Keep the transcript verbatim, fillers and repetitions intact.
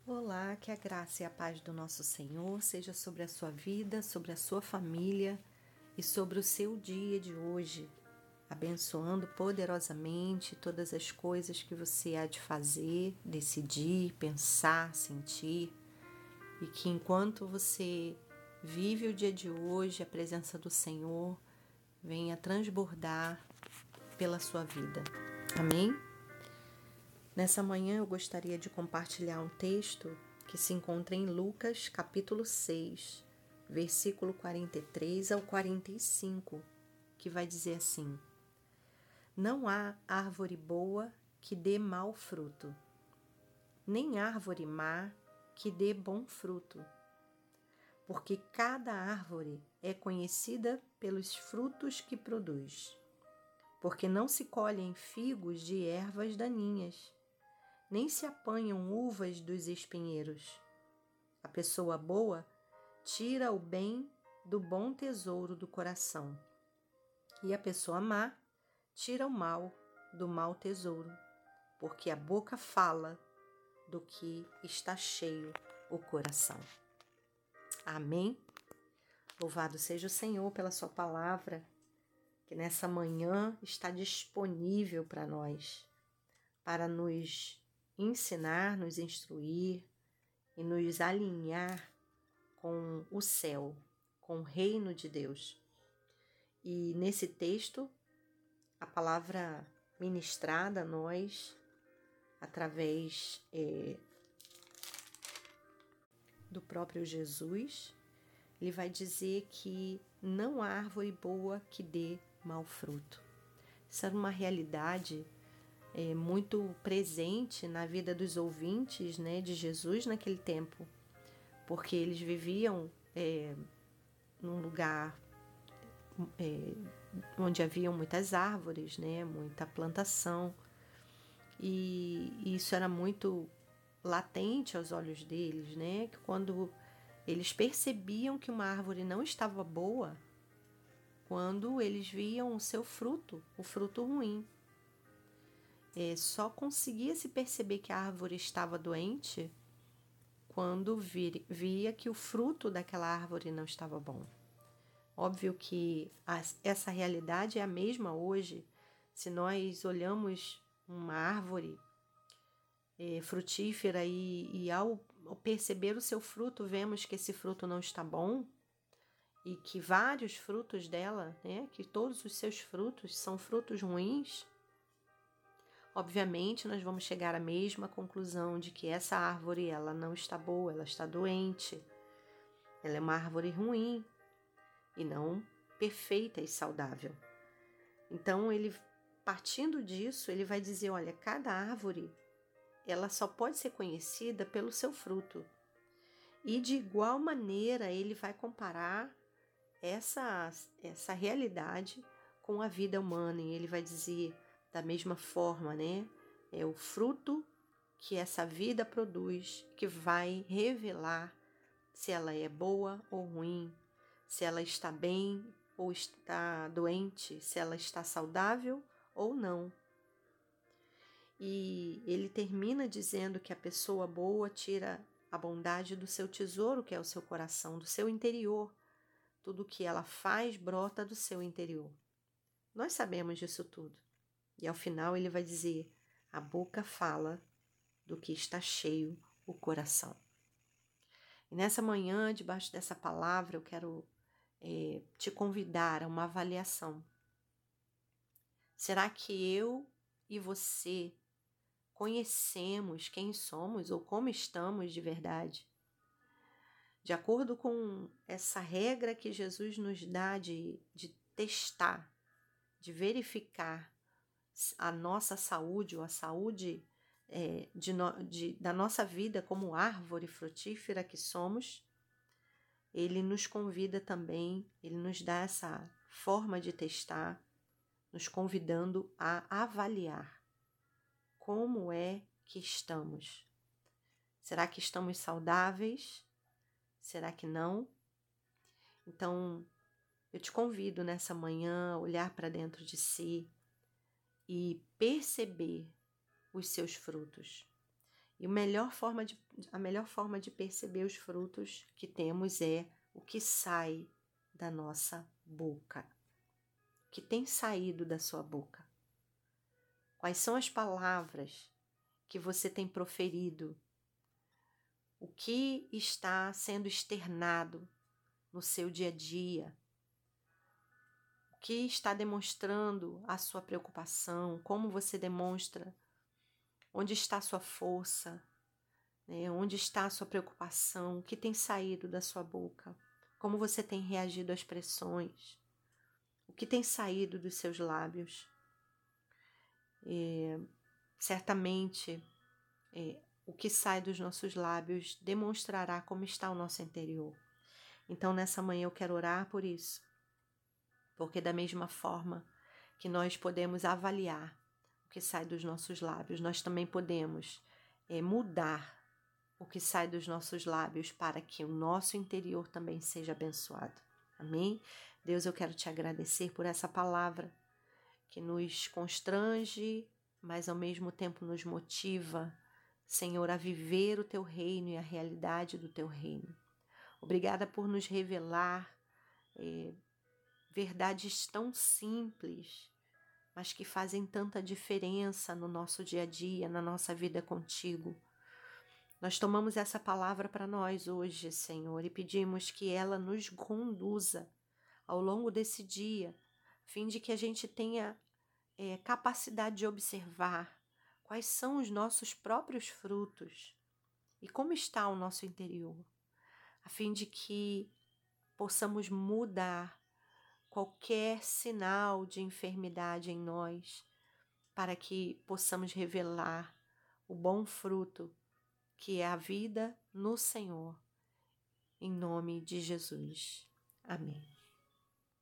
Olá, que a graça e a paz do nosso Senhor seja sobre a sua vida, sobre a sua família e sobre o seu dia de hoje, abençoando poderosamente todas as coisas que você há de fazer, decidir, pensar, sentir, e que enquanto você vive o dia de hoje, a presença do Senhor venha transbordar pela sua vida. Amém? Nessa manhã eu gostaria de compartilhar um texto que se encontra em Lucas, capítulo seis, versículo quarenta e três ao quarenta e cinco, que vai dizer assim: Não há árvore boa que dê mau fruto, nem árvore má que dê bom fruto, porque cada árvore é conhecida pelos frutos que produz. Porque não se colhem figos de ervas daninhas, nem se apanham uvas dos espinheiros. A pessoa boa tira o bem do bom tesouro do coração, e a pessoa má tira o mal do mau tesouro, porque a boca fala do que está cheio o coração. Amém? Louvado seja o Senhor pela sua palavra, que nessa manhã está disponível para nós, para nos ensinar, nos instruir e nos alinhar com o céu, com o reino de Deus. E nesse texto, a palavra ministrada a nós, através é, do próprio Jesus, ele vai dizer que não há árvore boa que dê mau fruto. Isso era uma realidade É, muito presente na vida dos ouvintes, né, de Jesus naquele tempo, porque eles viviam é, num lugar é, onde haviam muitas árvores, né, muita plantação, e, e isso era muito latente aos olhos deles, né, que quando eles percebiam que uma árvore não estava boa, quando eles viam o seu fruto, o fruto ruim. É, só conseguia se perceber que a árvore estava doente quando vir, via que o fruto daquela árvore não estava bom. Óbvio que a, essa realidade é a mesma hoje. Se nós olhamos uma árvore é, frutífera e, e ao, ao perceber o seu fruto, vemos que esse fruto não está bom e que vários frutos dela, né, que todos os seus frutos são frutos ruins, obviamente, nós vamos chegar à mesma conclusão de que essa árvore ela não está boa, ela está doente. Ela é uma árvore ruim e não perfeita e saudável. Então, ele, partindo disso, ele vai dizer, olha, cada árvore ela só pode ser conhecida pelo seu fruto. E, de igual maneira, ele vai comparar essa, essa realidade com a vida humana. E ele vai dizer, da mesma forma, né? É o fruto que essa vida produz que vai revelar se ela é boa ou ruim, se ela está bem ou está doente, se ela está saudável ou não. E ele termina dizendo que a pessoa boa tira a bondade do seu tesouro, que é o seu coração, do seu interior. Tudo que ela faz brota do seu interior. Nós sabemos disso tudo. E ao final ele vai dizer, a boca fala do que está cheio o coração. E nessa manhã, debaixo dessa palavra, eu quero é, te convidar a uma avaliação. Será que eu e você conhecemos quem somos ou como estamos de verdade? De acordo com essa regra que Jesus nos dá de, de testar, de verificar a nossa saúde ou a saúde é, de no, de, da nossa vida como árvore frutífera que somos, ele nos convida também, ele nos dá essa forma de testar, nos convidando a avaliar como é que estamos. Será que estamos saudáveis? Será que não? Então, eu te convido nessa manhã a olhar para dentro de si e perceber os seus frutos. E a melhor forma de, a melhor forma de perceber os frutos que temos é o que sai da nossa boca. O que tem saído da sua boca? Quais são as palavras que você tem proferido? O que está sendo externado no seu dia a dia? O que está demonstrando a sua preocupação? Como você demonstra? Onde está a sua força? Né? Onde está a sua preocupação? O que tem saído da sua boca? Como você tem reagido às pressões? O que tem saído dos seus lábios? É, certamente, é, o que sai dos nossos lábios demonstrará como está o nosso interior. Então, nessa manhã eu quero orar por isso, porque da mesma forma que nós podemos avaliar o que sai dos nossos lábios, nós também podemos é, mudar o que sai dos nossos lábios para que o nosso interior também seja abençoado. Amém? Deus, eu quero te agradecer por essa palavra que nos constrange, mas ao mesmo tempo nos motiva, Senhor, a viver o teu reino e a realidade do teu reino. Obrigada por nos revelar é, verdades tão simples, mas que fazem tanta diferença no nosso dia a dia, na nossa vida contigo. Nós tomamos essa palavra para nós hoje, Senhor, e pedimos que ela nos conduza ao longo desse dia, a fim de que a gente tenha é, capacidade de observar quais são os nossos próprios frutos e como está o nosso interior, a fim de que possamos mudar qualquer sinal de enfermidade em nós, para que possamos revelar o bom fruto, que é a vida no Senhor, em nome de Jesus. Amém.